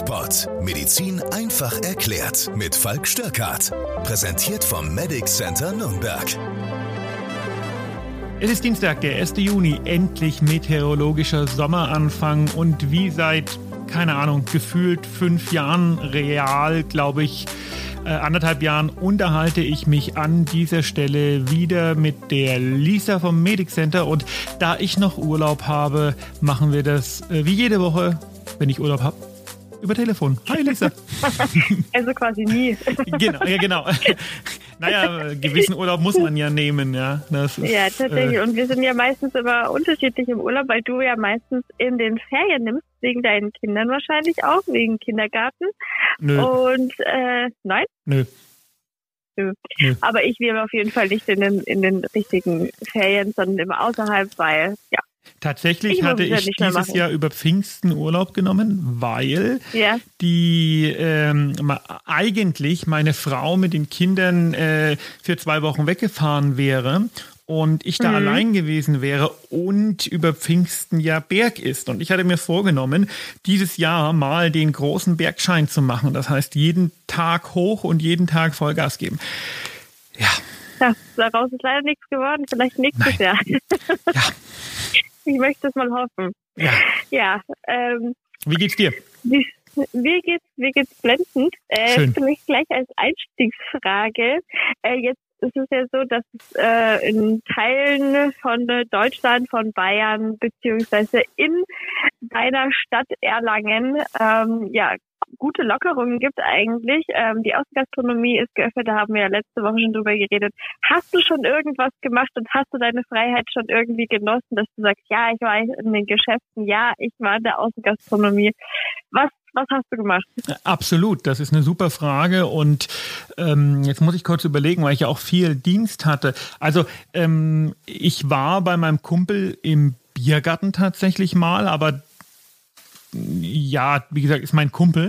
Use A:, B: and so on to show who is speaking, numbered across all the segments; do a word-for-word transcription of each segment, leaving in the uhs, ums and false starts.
A: DocPod. Medizin einfach erklärt. Mit Falk Störkart. Präsentiert vom Medic Center Nürnberg.
B: Es ist Dienstag, der erste Juni. Endlich meteorologischer Sommeranfang. Und wie seit, keine Ahnung, gefühlt fünf Jahren real, glaube ich, äh, anderthalb Jahren, unterhalte ich mich an dieser Stelle wieder mit der Lisa vom Medic Center. Und da ich noch Urlaub habe, machen wir das äh, wie jede Woche, wenn ich Urlaub habe, über Telefon. Hi Lisa.
C: Also quasi nie.
B: Genau, ja genau. Naja, gewissen Urlaub muss man ja nehmen, ja. Das ist,
C: ja, tatsächlich. Äh, Und wir sind ja meistens immer unterschiedlich im Urlaub, weil du ja meistens in den Ferien nimmst, wegen deinen Kindern wahrscheinlich auch, wegen Kindergarten.
B: Nö.
C: Und, äh, nein?
B: Nö.
C: Nö. Nö. Aber ich wäre auf jeden Fall nicht in den, in den richtigen Ferien, sondern immer außerhalb, weil, ja.
B: Tatsächlich ich hatte ich dieses Jahr über Pfingsten Urlaub genommen, weil ja. die ähm, eigentlich meine Frau mit den Kindern äh, für zwei Wochen weggefahren wäre und ich da mhm. allein gewesen wäre und über Pfingsten ja Berg ist. Und ich hatte mir vorgenommen, dieses Jahr mal den großen Bergschein zu machen. Das heißt, jeden Tag hoch und jeden Tag Vollgas geben. Ja.
C: Ja, daraus ist leider nichts geworden. Vielleicht nächstes
B: Nein.
C: Jahr.
B: Ja.
C: Ich möchte es mal hoffen.
B: Ja.
C: Ja. Ähm,
B: Wie geht's dir?
C: Wie, mir geht's, mir geht's blendend. Äh,
B: Schön.
C: Vielleicht gleich als Einstiegsfrage. Äh, jetzt ist es ja so, dass es äh, in Teilen von Deutschland, von Bayern, beziehungsweise in deiner Stadt Erlangen, ähm, ja, gute Lockerungen gibt eigentlich. Ähm, die Außengastronomie ist geöffnet, da haben wir ja letzte Woche schon drüber geredet. Hast du schon irgendwas gemacht und hast du deine Freiheit schon irgendwie genossen, dass du sagst, ja, ich war in den Geschäften, ja, ich war in der Außengastronomie. Was Was hast du gemacht?
B: Absolut, das ist eine super Frage und ähm, jetzt muss ich kurz überlegen, weil ich ja auch viel Dienst hatte. Also ähm, ich war bei meinem Kumpel im Biergarten tatsächlich mal, aber ja, wie gesagt, ist mein Kumpel.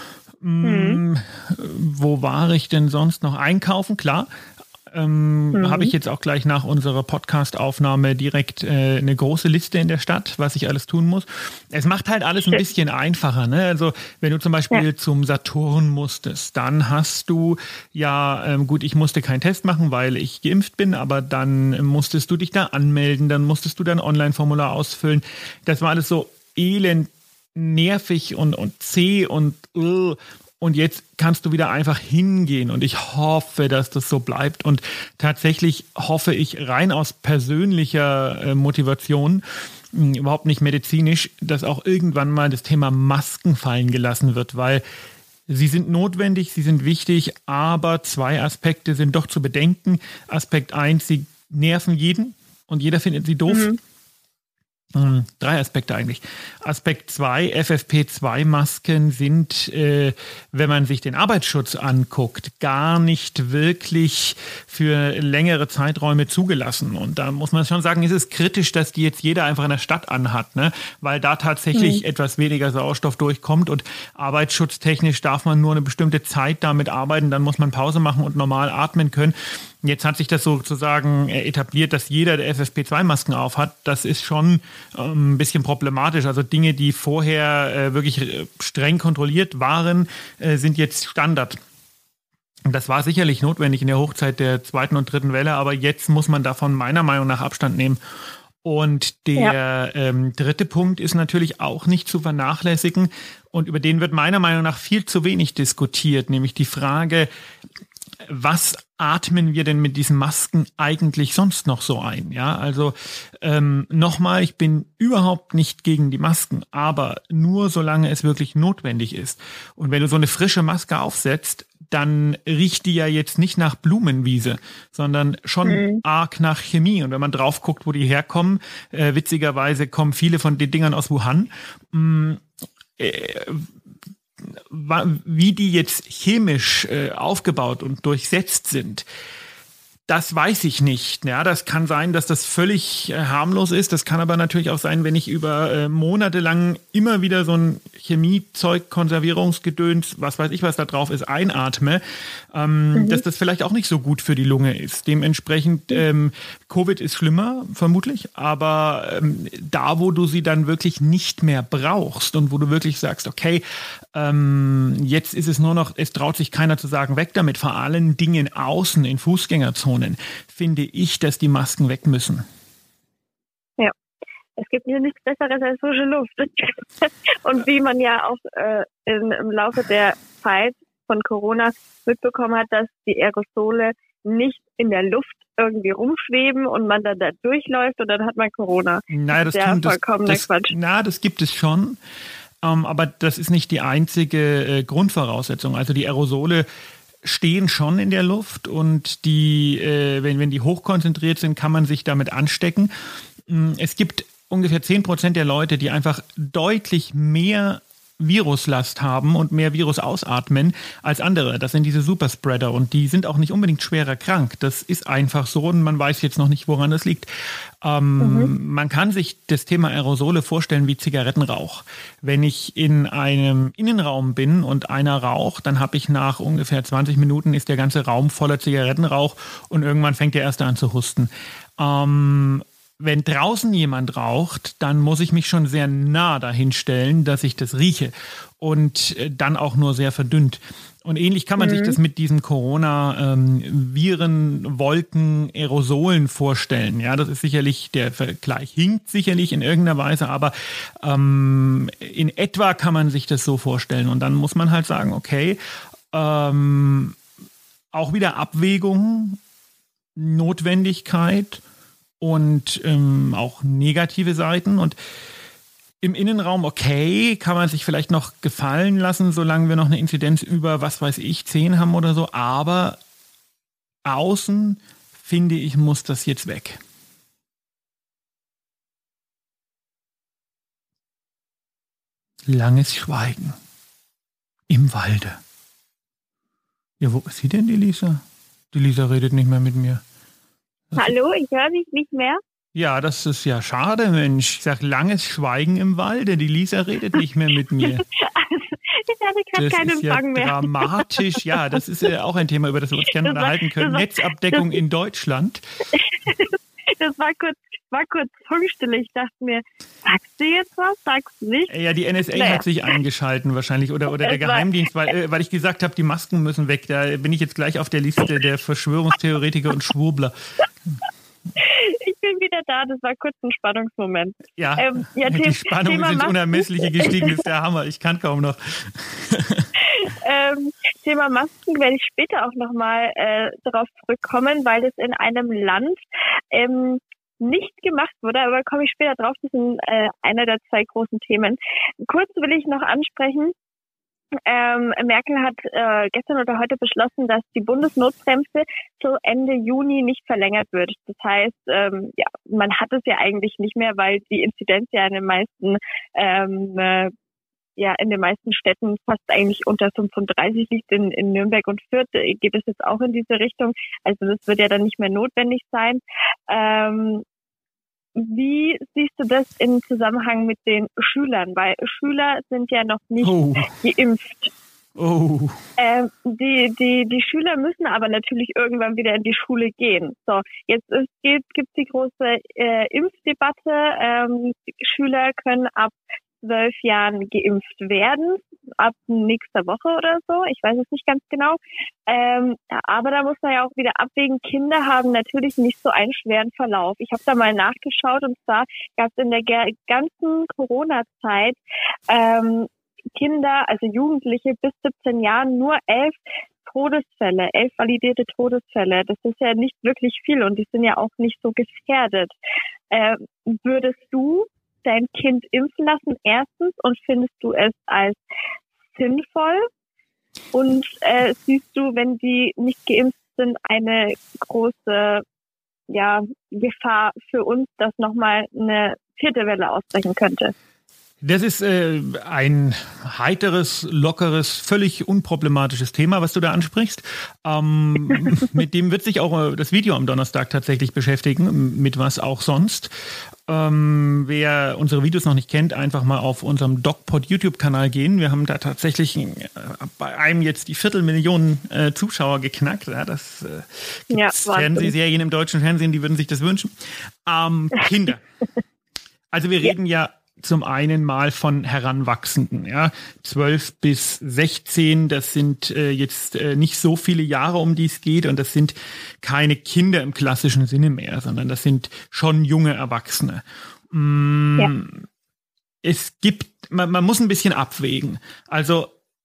B: Mhm. Wo war ich denn sonst noch? Einkaufen, klar. Ähm, mhm. Habe ich jetzt auch gleich nach unserer Podcast-Aufnahme direkt äh, eine große Liste in der Stadt, was ich alles tun muss. Es macht halt alles ein bisschen einfacher, ne? Also wenn du zum Beispiel ja. zum Saturn musstest, dann hast du ja, ähm, gut, ich musste keinen Test machen, weil ich geimpft bin, aber dann musstest du dich da anmelden, dann musstest du dein Online-Formular ausfüllen. Das war alles so elend nervig und, und zäh und uh, und jetzt kannst du wieder einfach hingehen und ich hoffe, dass das so bleibt und tatsächlich hoffe ich rein aus persönlicher äh, Motivation, mh, überhaupt nicht medizinisch, dass auch irgendwann mal das Thema Masken fallen gelassen wird, weil sie sind notwendig, sie sind wichtig, aber zwei Aspekte sind doch zu bedenken. Aspekt eins, sie nerven jeden und jeder findet sie doof. Mhm. Hm, drei Aspekte eigentlich. Aspekt zwei, F F P zwei Masken sind, äh, wenn man sich den Arbeitsschutz anguckt, gar nicht wirklich für längere Zeiträume zugelassen. Und da muss man schon sagen, ist es kritisch, dass die jetzt jeder einfach in der Stadt anhat, ne? Weil da tatsächlich mhm. etwas weniger Sauerstoff durchkommt und arbeitsschutztechnisch darf man nur eine bestimmte Zeit damit arbeiten, dann muss man Pause machen und normal atmen können. Jetzt hat sich das sozusagen etabliert, dass jeder der F F P zwei Masken aufhat. Das ist schon ähm, ein bisschen problematisch. Also Dinge, die vorher äh, wirklich streng kontrolliert waren, äh, sind jetzt Standard. Und das war sicherlich notwendig in der Hochzeit der zweiten und dritten Welle, aber jetzt muss man davon meiner Meinung nach Abstand nehmen. Und der ja. ähm, dritte Punkt ist natürlich auch nicht zu vernachlässigen und über den wird meiner Meinung nach viel zu wenig diskutiert, nämlich die Frage, was atmen wir denn mit diesen Masken eigentlich sonst noch so ein? Ja, also ähm, nochmal, ich bin überhaupt nicht gegen die Masken, aber nur solange es wirklich notwendig ist. Und wenn du so eine frische Maske aufsetzt, dann riecht die ja jetzt nicht nach Blumenwiese, sondern schon mhm. arg nach Chemie. Und wenn man drauf guckt, wo die herkommen, äh, witzigerweise kommen viele von den Dingern aus Wuhan. Mh, äh, wie die jetzt chemisch äh, aufgebaut und durchsetzt sind, Das weiß ich nicht. Ja, das kann sein, dass das völlig äh, harmlos ist. Das kann aber natürlich auch sein, wenn ich über äh, Monate lang immer wieder so ein Chemiezeug, Konservierungsgedöns, was weiß ich, was da drauf ist, einatme, ähm, mhm. dass das vielleicht auch nicht so gut für die Lunge ist. Dementsprechend, ähm, Covid ist schlimmer, vermutlich, aber ähm, da, wo du sie dann wirklich nicht mehr brauchst und wo du wirklich sagst, okay, ähm, jetzt ist es nur noch, es traut sich keiner zu sagen, weg damit, vor allen Dingen außen in Fußgängerzonen, finde ich, dass die Masken weg müssen.
C: Ja, es gibt mir nichts Besseres als frische Luft. Und wie man ja auch äh, in, im Laufe der Zeit von Corona mitbekommen hat, dass die Aerosole nicht in der Luft irgendwie rumschweben und man dann da durchläuft und dann hat man Corona.
B: Naja, das, das, das, das, Quatsch. Na, das gibt es schon. Ähm, aber das ist nicht die einzige äh, Grundvoraussetzung. Also die Aerosole stehen schon in der Luft und die, äh, wenn, wenn die hochkonzentriert sind, kann man sich damit anstecken. Es gibt ungefähr zehn Prozent der Leute, die einfach deutlich mehr Viruslast haben und mehr Virus ausatmen als andere. Das sind diese Superspreader und die sind auch nicht unbedingt schwerer krank. Das ist einfach so und man weiß jetzt noch nicht, woran das liegt. Ähm, mhm. Man kann sich das Thema Aerosole vorstellen wie Zigarettenrauch. Wenn ich in einem Innenraum bin und einer raucht, dann habe ich nach ungefähr zwanzig Minuten ist der ganze Raum voller Zigarettenrauch und irgendwann fängt der erste an zu husten. Ähm, Wenn draußen jemand raucht, dann muss ich mich schon sehr nah dahin stellen, dass ich das rieche und dann auch nur sehr verdünnt. Und ähnlich kann man mhm. sich das mit diesen Corona-Viren, ähm, Wolken, Aerosolen vorstellen. Ja, das ist sicherlich, der Vergleich hinkt sicherlich in irgendeiner Weise, aber ähm, in etwa kann man sich das so vorstellen. Und dann muss man halt sagen, okay, ähm, auch wieder Abwägung, Notwendigkeit und ähm, auch negative Seiten. Und im Innenraum, okay, kann man sich vielleicht noch gefallen lassen, solange wir noch eine Inzidenz über, was weiß ich, zehn haben oder so. Aber außen, finde ich, muss das jetzt weg. Langes Schweigen im Walde. Ja, wo ist sie denn, die Lisa? Die Lisa redet nicht mehr mit mir.
C: Hallo, ich höre dich nicht mehr.
B: Ja, das ist ja schade, Mensch. Ich sag, langes Schweigen im Walde. Die Lisa redet nicht mehr mit mir.
C: Also, ich hatte gerade keinen Empfang
B: ja
C: mehr.
B: Dramatisch. Ja, das ist ja auch ein Thema, über das wir uns gerne unterhalten können. War, Netzabdeckung das, in Deutschland.
C: Das war kurz, war kurz Funkstille. Ich dachte mir, sagst du jetzt was? Sagst du nicht?
B: Ja, die N S A naja. hat sich eingeschalten wahrscheinlich oder, oder der Geheimdienst, weil, äh, weil ich gesagt habe, die Masken müssen weg. Da bin ich jetzt gleich auf der Liste der Verschwörungstheoretiker und Schwurbler.
C: Ich bin wieder da, das war kurz ein Spannungsmoment.
B: Ja, ähm, ja die Spannungen Thema sind Masken. Unermessliche gestiegen, ist der Hammer. Ich kann kaum noch.
C: ähm, Thema Masken werde ich später auch nochmal äh, darauf zurückkommen, weil das in einem Land ähm, nicht gemacht wurde, aber komme ich später drauf. Das ist äh, einer der zwei großen Themen. Kurz will ich noch ansprechen, Ähm, Merkel hat äh, gestern oder heute beschlossen, dass die Bundesnotbremse zu Ende Juni nicht verlängert wird. Das heißt, ähm, ja, man hat es ja eigentlich nicht mehr, weil die Inzidenz ja in den meisten ähm, äh, ja in den meisten Städten fast eigentlich unter fünfunddreißig liegt. In, in Nürnberg und Fürth geht es jetzt auch in diese Richtung. Also das wird ja dann nicht mehr notwendig sein. Ähm, Wie siehst du das im Zusammenhang mit den Schülern? Weil Schüler sind ja noch nicht oh. geimpft.
B: Oh.
C: Ähm, die, die, die Schüler müssen aber natürlich irgendwann wieder in die Schule gehen. So, jetzt ist, gibt es die große äh, Impfdebatte. Ähm, Schüler können ab zwölf Jahren geimpft werden, ab nächster Woche oder so. Ich weiß es nicht ganz genau. Ähm, aber da muss man ja auch wieder abwägen. Kinder haben natürlich nicht so einen schweren Verlauf. Ich habe da mal nachgeschaut und zwar gab es in der ge- ganzen Corona-Zeit ähm, Kinder, also Jugendliche bis siebzehn Jahren nur elf Todesfälle, elf validierte Todesfälle. Das ist ja nicht wirklich viel und die sind ja auch nicht so gefährdet. Äh, würdest du dein Kind impfen lassen, erstens, und findest du es als sinnvoll? Und äh, siehst du, wenn die nicht geimpft sind, eine große ja, Gefahr für uns, dass nochmal eine vierte Welle ausbrechen könnte?
B: Das ist äh, ein heiteres, lockeres, völlig unproblematisches Thema, was du da ansprichst. Ähm, mit dem wird sich auch das Video am Donnerstag tatsächlich beschäftigen, mit was auch sonst. Ähm, wer unsere Videos noch nicht kennt, einfach mal auf unserem DocPod YouTube-Kanal gehen. Wir haben da tatsächlich äh, bei einem jetzt die Viertelmillion äh, Zuschauer geknackt. Ja, das äh, gibt ja, Fernsehserien im deutschen Fernsehen, die würden sich das wünschen. Ähm, Kinder. Also wir reden ja. ja zum einen mal von Heranwachsenden, ja, zwölf bis sechzehn, das sind äh, jetzt äh, nicht so viele Jahre, um die es geht, und das sind keine Kinder im klassischen Sinne mehr, sondern das sind schon junge Erwachsene. Mm, ja. Es gibt, man, man muss ein bisschen abwägen. Also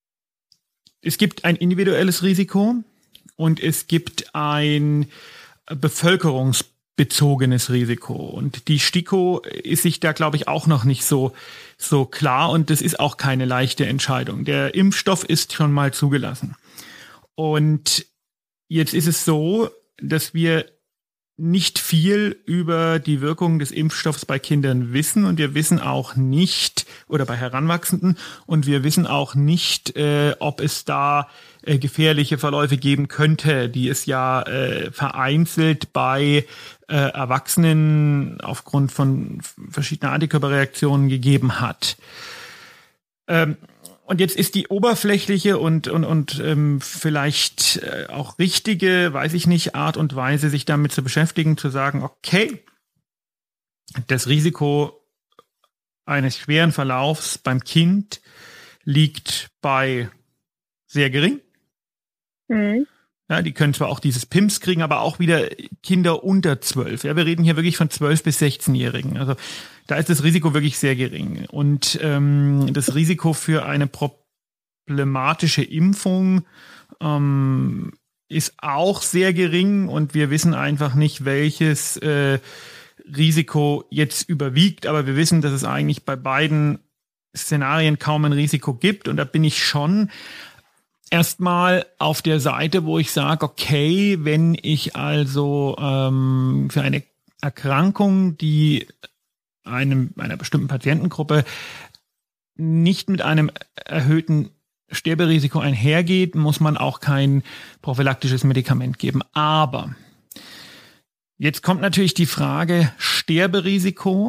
B: es gibt ein individuelles Risiko und es gibt ein Bevölkerungsproblem. Bezogenes Risiko. Und die STIKO ist sich da, glaube ich, auch noch nicht so, so klar, und das ist auch keine leichte Entscheidung. Der Impfstoff ist schon mal zugelassen. Und jetzt ist es so, dass wir nicht viel über die Wirkung des Impfstoffs bei Kindern wissen, und wir wissen auch nicht, oder bei Heranwachsenden, und wir wissen auch nicht, äh, ob es da äh, gefährliche Verläufe geben könnte, die es ja äh, vereinzelt bei äh, Erwachsenen aufgrund von verschiedener Antikörperreaktionen gegeben hat. Ähm, Und jetzt ist die oberflächliche und und und ähm, vielleicht äh, auch richtige, weiß ich nicht, Art und Weise, sich damit zu beschäftigen, zu sagen, okay, das Risiko eines schweren Verlaufs beim Kind liegt bei sehr gering. Mhm. Ja, die können zwar auch dieses P I M S kriegen, aber auch wieder Kinder unter zwölf. Ja, wir reden hier wirklich von zwölf bis sechzehn-Jährigen. Also da ist das Risiko wirklich sehr gering. Und ähm, das Risiko für eine problematische Impfung ähm, ist auch sehr gering. Und wir wissen einfach nicht, welches äh, Risiko jetzt überwiegt. Aber wir wissen, dass es eigentlich bei beiden Szenarien kaum ein Risiko gibt. Und da bin ich schon erstmal auf der Seite, wo ich sage, okay, wenn ich also ähm, für eine Erkrankung, die einem, einer bestimmten Patientengruppe nicht mit einem erhöhten Sterberisiko einhergeht, muss man auch kein prophylaktisches Medikament geben. Aber jetzt kommt natürlich die Frage Sterberisiko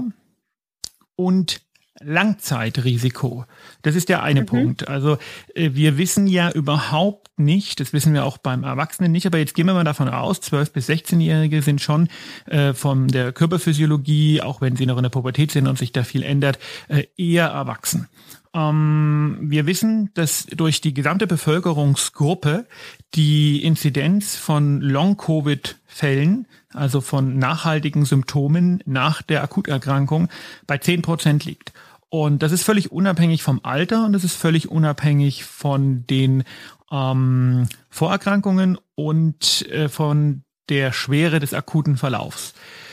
B: und Langzeitrisiko. Das ist der eine mhm. Punkt. Also äh, wir wissen ja überhaupt nicht, das wissen wir auch beim Erwachsenen nicht, aber jetzt gehen wir mal davon aus, zwölf- bis sechzehn-Jährige sind schon äh, von der Körperphysiologie, auch wenn sie noch in der Pubertät sind und sich da viel ändert, äh, eher erwachsen. Ähm, wir wissen, dass durch die gesamte Bevölkerungsgruppe die Inzidenz von Long-Covid-Fällen, also von nachhaltigen Symptomen nach der Akuterkrankung, bei zehn Prozent liegt. Und das ist völlig unabhängig vom Alter und das ist völlig unabhängig von den ähm, Vorerkrankungen und äh, von der Schwere des akuten Verlaufs.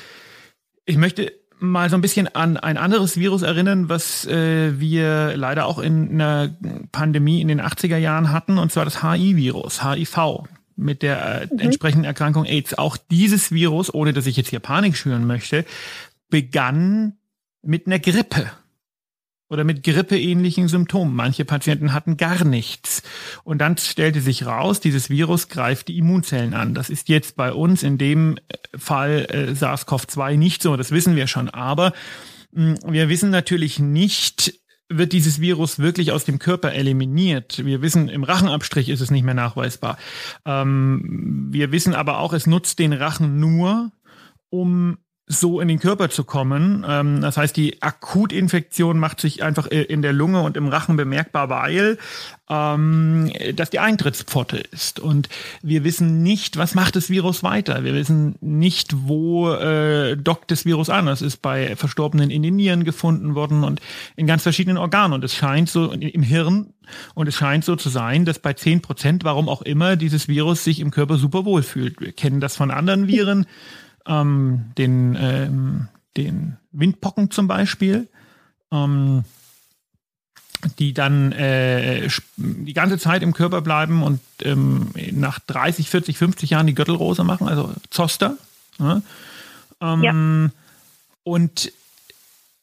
B: Ich möchte mal so ein bisschen an ein anderes Virus erinnern, was äh, wir leider auch in einer Pandemie in den achtziger Jahren hatten, und zwar das H I-Virus, H I V. Mit der äh, mhm. entsprechenden Erkrankung AIDS. Auch dieses Virus, ohne dass ich jetzt hier Panik schüren möchte, begann mit einer Grippe oder mit grippeähnlichen Symptomen. Manche Patienten hatten gar nichts. Und dann stellte sich raus, dieses Virus greift die Immunzellen an. Das ist jetzt bei uns in dem Fall äh, SARS-C o V zwei nicht so, das wissen wir schon. Aber mh, wir wissen natürlich nicht, wird dieses Virus wirklich aus dem Körper eliminiert. Wir wissen, im Rachenabstrich ist es nicht mehr nachweisbar. Ähm, wir wissen aber auch, es nutzt den Rachen nur, um so in den Körper zu kommen. Ähm, das heißt, die Akutinfektion macht sich einfach in der Lunge und im Rachen bemerkbar, weil ähm, das die Eintrittspforte ist. Und wir wissen nicht, was macht das Virus weiter. Wir wissen nicht, wo äh, dockt das Virus an. Das ist bei Verstorbenen in den Nieren gefunden worden und in ganz verschiedenen Organen. Und es scheint so im Hirn, und es scheint so zu sein, dass bei zehn Prozent, warum auch immer, dieses Virus sich im Körper super wohl fühlt. Wir kennen das von anderen Viren, ähm, den, ähm, den Windpocken zum Beispiel, ähm, die dann äh, die ganze Zeit im Körper bleiben und ähm, nach dreißig, vierzig, fünfzig Jahren die Gürtelrose machen, also Zoster. Ja. Ähm, ja. Und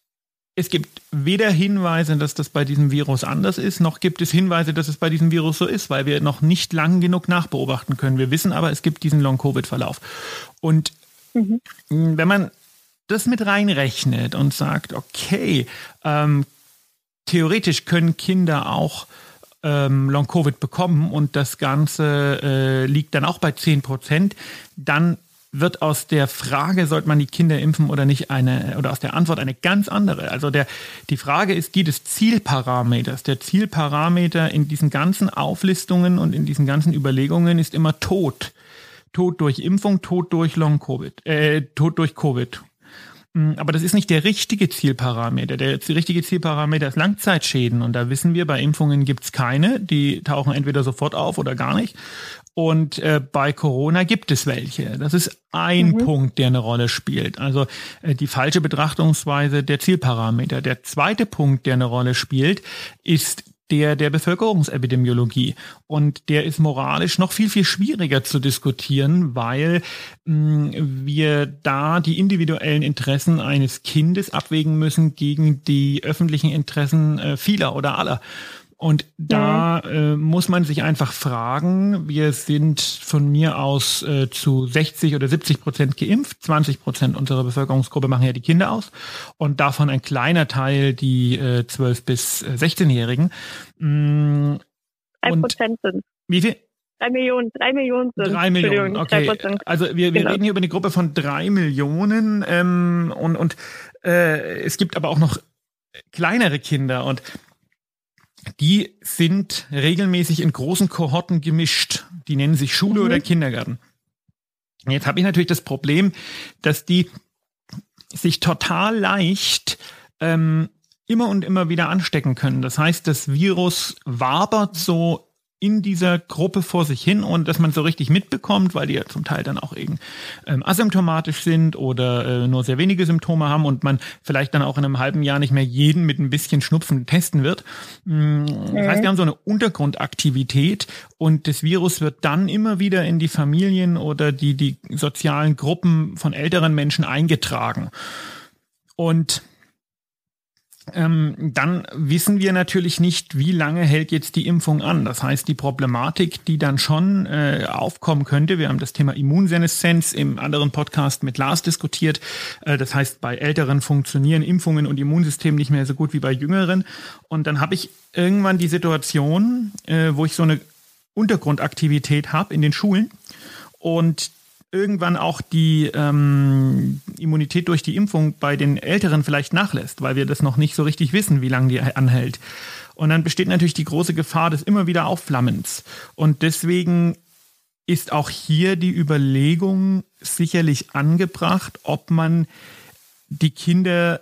B: Es gibt weder Hinweise, dass das bei diesem Virus anders ist, noch gibt es Hinweise, dass es bei diesem Virus so ist, weil wir noch nicht lang genug nachbeobachten können. Wir wissen aber, es gibt diesen Long-Covid-Verlauf. Und mhm. wenn man das mit reinrechnet und sagt, okay, ähm, theoretisch können Kinder auch ähm, Long-Covid bekommen und das Ganze äh, liegt dann auch bei zehn Prozent, dann wird aus der Frage, sollte man die Kinder impfen oder nicht, eine, oder aus der Antwort eine ganz andere. Also der, die Frage ist die des Zielparameters. Der Zielparameter in diesen ganzen Auflistungen und in diesen ganzen Überlegungen ist immer Tod. Tod durch Impfung, Tod durch Long-Covid, äh, Tod durch Covid. Aber das ist nicht der richtige Zielparameter. Der richtige Zielparameter ist Langzeitschäden. Und da wissen wir, bei Impfungen gibt es keine. Die tauchen entweder sofort auf oder gar nicht. Und äh, bei Corona gibt es welche. Das ist ein mhm. Punkt, der eine Rolle spielt. Also äh, die falsche Betrachtungsweise der Zielparameter. Der zweite Punkt, der eine Rolle spielt, ist der der Bevölkerungsepidemiologie. Und der ist moralisch noch viel, viel schwieriger zu diskutieren, weil mh, wir da die individuellen Interessen eines Kindes abwägen müssen gegen die öffentlichen Interessen äh, vieler oder aller. Und da äh, muss man sich einfach fragen, wir sind von mir aus äh, zu sechzig oder siebzig Prozent geimpft, zwanzig Prozent unserer Bevölkerungsgruppe machen ja die Kinder aus und davon ein kleiner Teil die äh, zwölf- bis sechzehnjährigen. Mm,
C: Ein Prozent sind.
B: Wie viel?
C: Drei Millionen, drei Millionen sind.
B: Drei Millionen, okay. drei Prozent. Also wir, wir genau. reden hier über eine Gruppe von drei Millionen ähm, und, und äh, es gibt aber auch noch kleinere Kinder und die sind regelmäßig in großen Kohorten gemischt. Die nennen sich Schule mhm. oder Kindergarten. Jetzt habe ich natürlich das Problem, dass die sich total leicht ähm, immer und immer wieder anstecken können. Das heißt, das Virus wabert so in dieser Gruppe vor sich hin und dass man so richtig mitbekommt, weil die ja zum Teil dann auch eben ähm, asymptomatisch sind oder äh, nur sehr wenige Symptome haben und man vielleicht dann auch in einem halben Jahr nicht mehr jeden mit ein bisschen Schnupfen testen wird. Das heißt, wir haben so eine Untergrundaktivität und das Virus wird dann immer wieder in die Familien oder die, die sozialen Gruppen von älteren Menschen eingetragen. Und Ähm, dann wissen wir natürlich nicht, wie lange hält jetzt die Impfung an. Das heißt, die Problematik, die dann schon äh, aufkommen könnte, wir haben das Thema Immunseneszenz im anderen Podcast mit Lars diskutiert. Äh, das heißt, bei Älteren funktionieren Impfungen und Immunsystem nicht mehr so gut wie bei Jüngeren. Und dann habe ich irgendwann die Situation, äh, wo ich so eine Untergrundaktivität habe in den Schulen und irgendwann auch die ähm, Immunität durch die Impfung bei den Älteren vielleicht nachlässt, weil wir das noch nicht so richtig wissen, wie lange die anhält. Und dann besteht natürlich die große Gefahr des immer wieder Aufflammens. Und deswegen ist auch hier die Überlegung sicherlich angebracht, ob man die Kinder,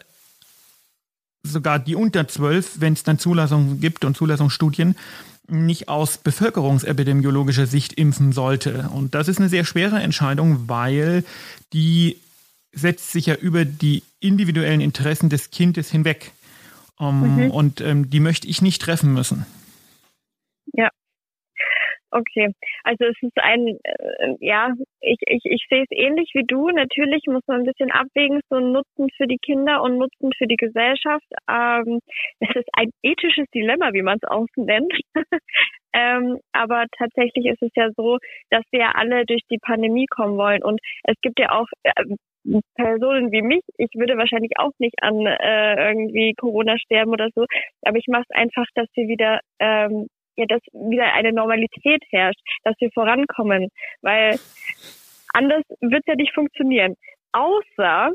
B: sogar die unter zwölf, wenn es dann Zulassungen gibt und Zulassungsstudien, nicht aus bevölkerungsepidemiologischer Sicht impfen sollte. Und das ist eine sehr schwere Entscheidung, weil die setzt sich ja über die individuellen Interessen des Kindes hinweg. Um, mhm. Und ähm, die möchte ich nicht treffen müssen.
C: Ja. Okay, also es ist ein, äh, ja, ich, ich, ich sehe es ähnlich wie du. Natürlich muss man ein bisschen abwägen, so Nutzen für die Kinder und Nutzen für die Gesellschaft. Ähm, es ist ein ethisches Dilemma, wie man es auch nennt. ähm, aber tatsächlich ist es ja so, dass wir ja alle durch die Pandemie kommen wollen. Und es gibt ja auch äh, Personen wie mich, ich würde wahrscheinlich auch nicht an äh, irgendwie Corona sterben oder so, aber ich mache es einfach, dass wir wieder ähm, ja, dass wieder eine Normalität herrscht, dass wir vorankommen, weil anders wird es ja nicht funktionieren. Außer,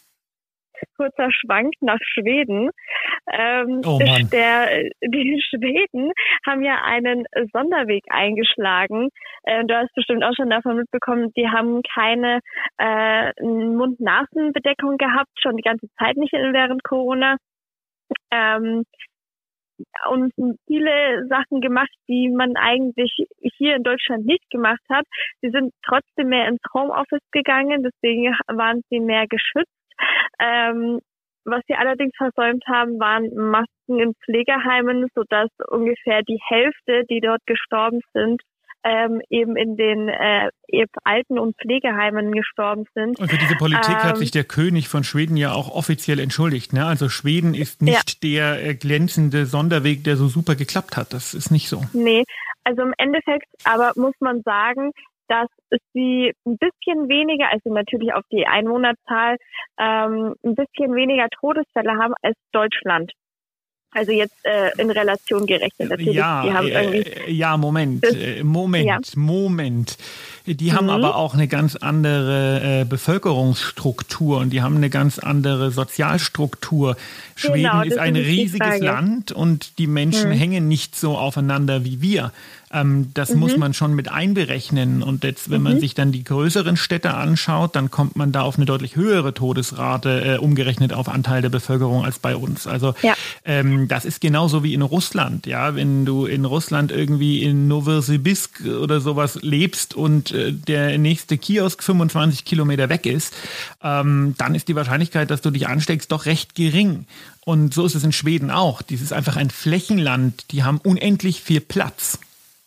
C: kurzer Schwank nach Schweden, ähm,
B: oh Mann.
C: Der, die Schweden haben ja einen Sonderweg eingeschlagen. Äh, du hast bestimmt auch schon davon mitbekommen, die haben keine äh, Mund-Nasen-Bedeckung gehabt, schon die ganze Zeit nicht während Corona. Ähm, und viele Sachen gemacht, die man eigentlich hier in Deutschland nicht gemacht hat. Sie sind trotzdem mehr ins Homeoffice gegangen, deswegen waren sie mehr geschützt. Ähm, was sie allerdings versäumt haben, waren Masken in Pflegeheimen, sodass ungefähr die Hälfte, die dort gestorben sind, ähm, eben in den äh, Alten- und Pflegeheimen gestorben sind.
B: Und für diese Politik ähm, hat sich der König von Schweden ja auch offiziell entschuldigt. Ne? Also Schweden ist nicht ja. der äh, glänzende Sonderweg, der so super geklappt hat. Das ist nicht so.
C: Nee, also im Endeffekt aber muss man sagen, dass sie ein bisschen weniger, also natürlich auf die Einwohnerzahl, ähm, ein bisschen weniger Todesfälle haben als Deutschland. Also jetzt äh, in Relation gerechnet. Natürlich,
B: ja,
C: die haben irgendwie
B: äh, ja, Moment, das, Moment, ja. Moment. Die haben mhm. aber auch eine ganz andere äh, Bevölkerungsstruktur und die haben eine ganz andere Sozialstruktur. Schweden genau, ist ein ist riesiges Land und die Menschen mhm. hängen nicht so aufeinander wie wir. Ähm, das mhm. muss man schon mit einberechnen. Und jetzt, wenn mhm. man sich dann die größeren Städte anschaut, dann kommt man da auf eine deutlich höhere Todesrate, äh, umgerechnet auf Anteil der Bevölkerung als bei uns. Also ja. ähm, das ist genauso wie in Russland. Ja, wenn du in Russland irgendwie in Novosibirsk oder sowas lebst und äh, der nächste Kiosk fünfundzwanzig Kilometer weg ist, ähm, dann ist die Wahrscheinlichkeit, dass du dich ansteckst, doch recht gering. Und so ist es in Schweden auch. Dies ist einfach ein Flächenland. Die haben unendlich viel Platz.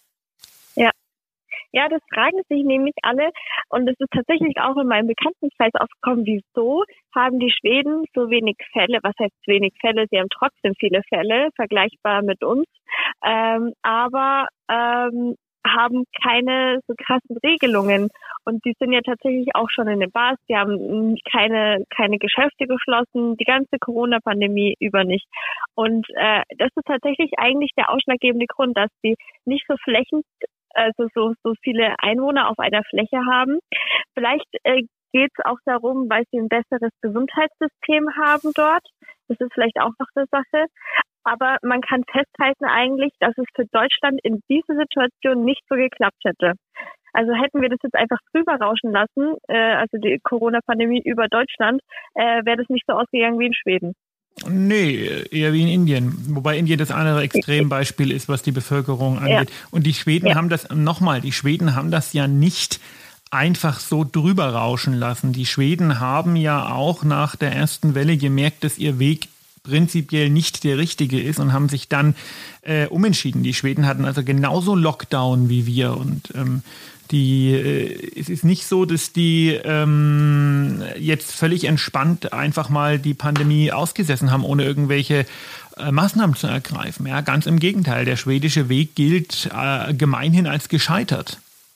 C: Ja. Ja, das fragen sich nämlich alle. Und es ist tatsächlich auch in meinem Bekanntenkreis aufgekommen, wieso haben die Schweden so wenig Fälle? Was heißt wenig Fälle? Sie haben trotzdem viele Fälle, vergleichbar mit uns. Ähm, aber ähm, haben keine so krassen Regelungen. Und die sind ja tatsächlich auch schon in den Bars. Die haben keine keine Geschäfte geschlossen, die ganze Corona-Pandemie über nicht. Und äh, das ist tatsächlich eigentlich der ausschlaggebende Grund, dass sie nicht so flächend, also so so viele Einwohner auf einer Fläche haben. Vielleicht äh, geht es auch darum, weil sie ein besseres Gesundheitssystem haben dort. Das ist vielleicht auch noch eine Sache. Aber man kann festhalten eigentlich, dass es für Deutschland in dieser Situation nicht so geklappt hätte. Also hätten wir das jetzt einfach drüber rauschen lassen, äh, also die Corona-Pandemie über Deutschland, äh, wäre das nicht so ausgegangen wie in Schweden.
B: Nee, eher wie in Indien. Wobei Indien das andere Extrembeispiel ist, was die Bevölkerung angeht. Ja. Und die Schweden ja. haben das, nochmal, die Schweden haben das ja nicht einfach so drüber rauschen lassen. Die Schweden haben ja auch nach der ersten Welle gemerkt, dass ihr Weg prinzipiell nicht der richtige ist und haben sich dann äh, umentschieden. Die Schweden hatten also genauso Lockdown wie wir und ähm, die, äh, es ist nicht so, dass die ähm, jetzt völlig entspannt einfach mal die Pandemie ausgesessen haben, ohne irgendwelche äh, Maßnahmen zu ergreifen. Ja, ganz im Gegenteil. Der schwedische Weg gilt äh, gemeinhin als gescheitert.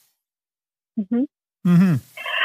C: Mhm.
B: Mhm.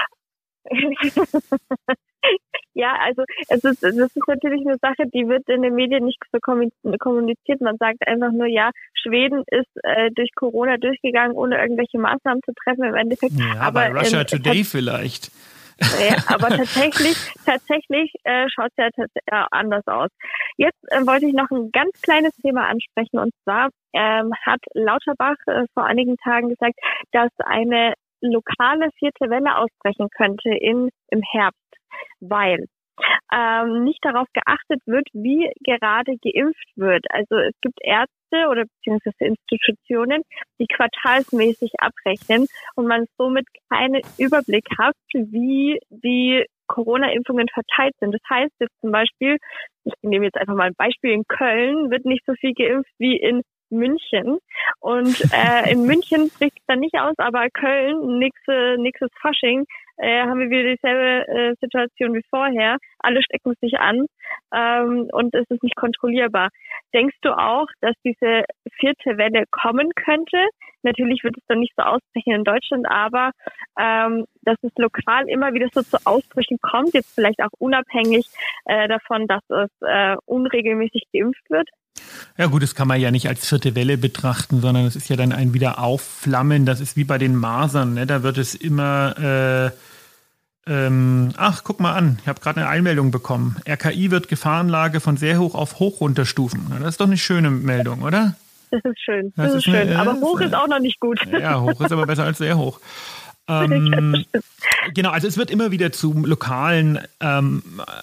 C: Ja, also es ist, das ist natürlich eine Sache, die wird in den Medien nicht so kommuniziert. Man sagt einfach nur, ja, Schweden ist äh, durch Corona durchgegangen, ohne irgendwelche Maßnahmen zu treffen im Endeffekt.
B: Ja,
C: aber
B: bei Russia
C: ähm,
B: Today vielleicht.
C: Ja, aber tatsächlich, tatsächlich äh, schaut es ja tats- äh, anders aus. Jetzt äh, wollte ich noch ein ganz kleines Thema ansprechen, und zwar ähm, hat Lauterbach äh, vor einigen Tagen gesagt, dass eine lokale vierte Welle ausbrechen könnte in im Herbst, weil ähm, nicht darauf geachtet wird, wie gerade geimpft wird. Also es gibt Ärzte oder beziehungsweise Institutionen, die quartalsmäßig abrechnen und man somit keinen Überblick hat, wie die Corona-Impfungen verteilt sind. Das heißt jetzt zum Beispiel, ich nehme jetzt einfach mal ein Beispiel, in Köln wird nicht so viel geimpft wie in München. Und äh, in München bricht es dann nicht aus, aber Köln, nächste, nächstes Fasching, äh, haben wir wieder dieselbe äh, Situation wie vorher. Alle stecken sich an ähm, und es ist nicht kontrollierbar. Denkst du auch, dass diese vierte Welle kommen könnte? Natürlich wird es dann nicht so ausbrechen in Deutschland, aber ähm, dass es lokal immer wieder so zu Ausbrüchen kommt, jetzt vielleicht auch unabhängig äh, davon, dass es äh, unregelmäßig geimpft wird?
B: Ja gut, das kann man ja nicht als vierte Welle betrachten, sondern es ist ja dann ein Wiederaufflammen. Das ist wie bei den Masern, ne? Da wird es immer, äh, ähm, ach, guck mal an, ich habe gerade eine Einmeldung bekommen. R K I wird Gefahrenlage von sehr hoch auf hoch runterstufen. Na, das ist doch eine schöne Meldung, oder?
C: Das ist schön, das, das ist, ist schön. Eine, aber hoch ist auch noch nicht gut.
B: Ja, hoch ist aber besser als sehr hoch. Ähm, genau, also es wird immer wieder zu lokalen ähm,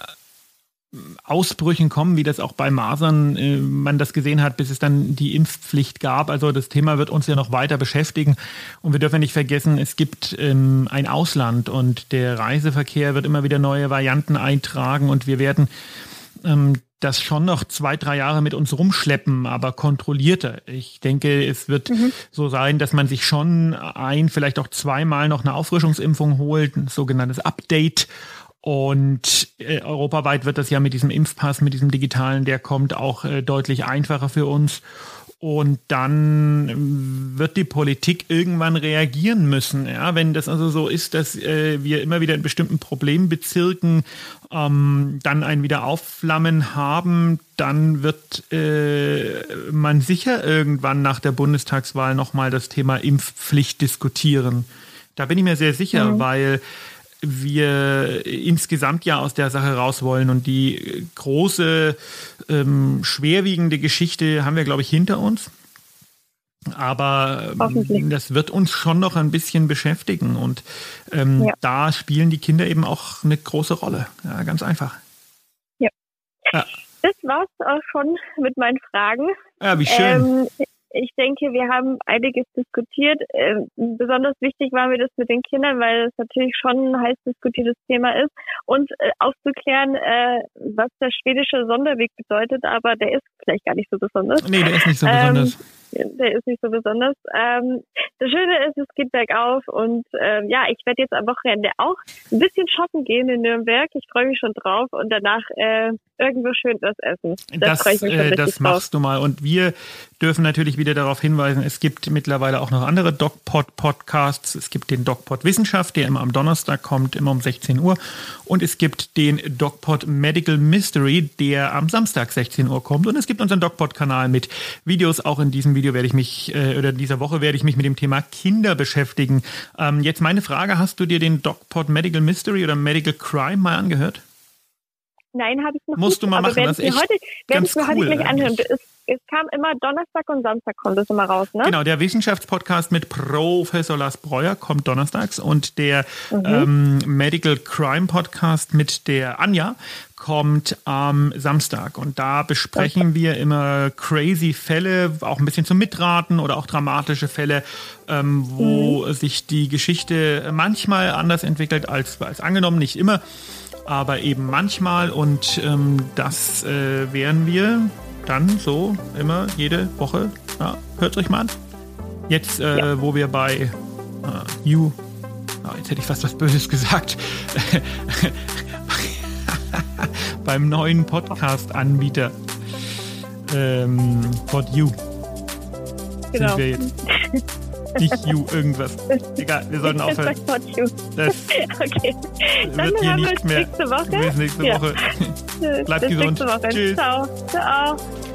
B: Ausbrüchen kommen, wie das auch bei Masern äh, man das gesehen hat, bis es dann die Impfpflicht gab. Also das Thema wird uns ja noch weiter beschäftigen. Und wir dürfen nicht vergessen, es gibt ähm, ein Ausland und der Reiseverkehr wird immer wieder neue Varianten eintragen und wir werden ähm, das schon noch zwei, drei Jahre mit uns rumschleppen, aber kontrollierter. Ich denke, es wird mhm. so sein, dass man sich schon ein, vielleicht auch zweimal noch eine Auffrischungsimpfung holt, ein sogenanntes Update. Und äh, europaweit wird das ja mit diesem Impfpass, mit diesem digitalen, der kommt auch äh, deutlich einfacher für uns. Und dann wird die Politik irgendwann reagieren müssen. Ja, wenn das also so ist, dass äh, wir immer wieder in bestimmten Problembezirken ähm, dann ein Wiederaufflammen haben, dann wird äh, man sicher irgendwann nach der Bundestagswahl nochmal das Thema Impfpflicht diskutieren. Da bin ich mir sehr sicher, mhm. weil wir insgesamt ja aus der Sache raus wollen und die große, ähm, schwerwiegende Geschichte haben wir, glaube ich, hinter uns. Aber ähm, das wird uns schon noch ein bisschen beschäftigen und ähm, ja. da spielen die Kinder eben auch eine große Rolle. Ja, ganz einfach.
C: Ja. ja. Das war's auch schon mit meinen Fragen.
B: Ja, wie schön.
C: Ähm, Ich denke, wir haben einiges diskutiert. Ähm, besonders wichtig war mir das mit den Kindern, weil es natürlich schon ein heiß diskutiertes Thema ist. Und äh, aufzuklären, äh, was der schwedische Sonderweg bedeutet, aber der ist vielleicht gar nicht so besonders.
B: Nee, der ist nicht so besonders.
C: Ähm, der ist nicht so besonders. Ähm, das Schöne ist, es geht bergauf und ähm, ja, ich werde jetzt am Wochenende auch ein bisschen shoppen gehen in Nürnberg. Ich freue mich schon drauf und danach äh, irgendwo schön was essen.
B: Das, das, äh, das machst du mal. Und wir dürfen natürlich wieder darauf hinweisen, es gibt mittlerweile auch noch andere DocPod-Podcasts. Es gibt den DocPod Wissenschaft, der immer am Donnerstag kommt, immer um sechzehn Uhr. Und es gibt den DocPod Medical Mystery, der am Samstag sechzehn Uhr kommt. Und es gibt unseren DocPod-Kanal mit Videos. Auch in diesem Video werde ich mich, äh, oder in dieser Woche werde ich mich mit dem Thema Kinder beschäftigen. Ähm, jetzt meine Frage, hast du dir den DocPod Medical Mystery oder Medical Crime mal angehört?
C: Nein, habe ich noch
B: Musst
C: nicht.
B: du mal machen, das ist echt
C: heute,
B: ganz
C: ich mir
B: cool.
C: Heute gleich anhören. Es, es kam immer Donnerstag und Samstag kommt es immer raus, ne?
B: Genau, der Wissenschaftspodcast mit Professor Lars Breuer kommt donnerstags und der mhm. ähm, Medical Crime Podcast mit der Anja kommt am Samstag. Und da besprechen okay. wir immer crazy Fälle, auch ein bisschen zum Mitraten oder auch dramatische Fälle, ähm, wo mhm. sich die Geschichte manchmal anders entwickelt als, als angenommen, nicht immer. Aber eben manchmal und ähm, das äh, werden wir dann so immer jede Woche, ja, hört euch mal an. Jetzt, äh, ja. wo wir bei äh, You, oh, jetzt hätte ich fast was Böses gesagt, beim neuen Podcast-Anbieter ähm, Pod You genau. sind wir jetzt. Nicht You, irgendwas. Egal, wir sollten aufhören. Das
C: okay. Dann
B: wird hier
C: haben
B: nicht
C: wir
B: mehr.
C: nächste Woche.
B: Bis nächste
C: ja.
B: Woche. Bleibt
C: Bis
B: gesund.
C: Nächste Woche.
B: Tschüss.
C: Ciao. Ciao.